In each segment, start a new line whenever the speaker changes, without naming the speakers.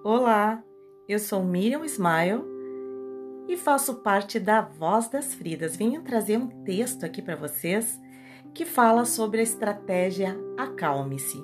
Olá, eu sou Miriam Ismael e faço parte da Voz das Fridas. Venho trazer um texto aqui para vocês que fala sobre a estratégia Acalme-se.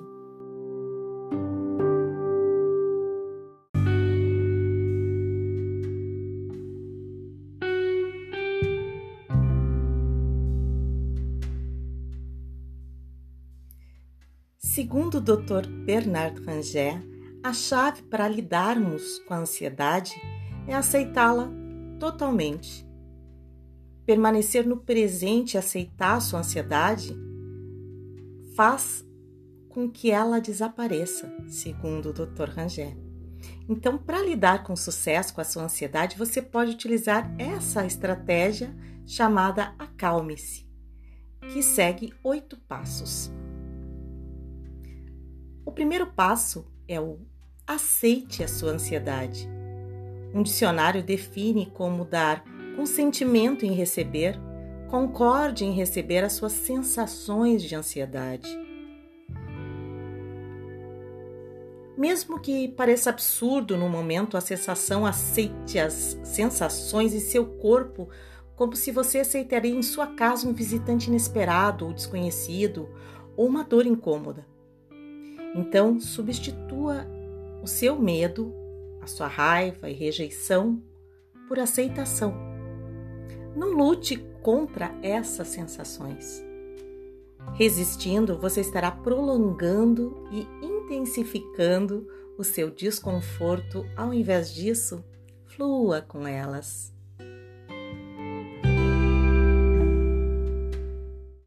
Segundo o Dr. Bernard Ranger, a chave para lidarmos com a ansiedade é aceitá-la totalmente. Permanecer no presente e aceitar a sua ansiedade faz com que ela desapareça, segundo o Dr. Ranger. Então, para lidar com sucesso com a sua ansiedade, você pode utilizar essa estratégia chamada Acalme-se, que segue 8 passos. O primeiro passo é o aceite a sua ansiedade. Um dicionário define como dar consentimento em receber, concorde em receber as suas sensações de ansiedade. Mesmo que pareça absurdo no momento, a sensação aceite as sensações em seu corpo, como se você aceitaria em sua casa um visitante inesperado ou desconhecido, ou uma dor incômoda. Então, substitua o seu medo, a sua raiva e rejeição por aceitação. Não lute contra essas sensações. Resistindo, você estará prolongando e intensificando o seu desconforto. Ao invés disso, flua com elas.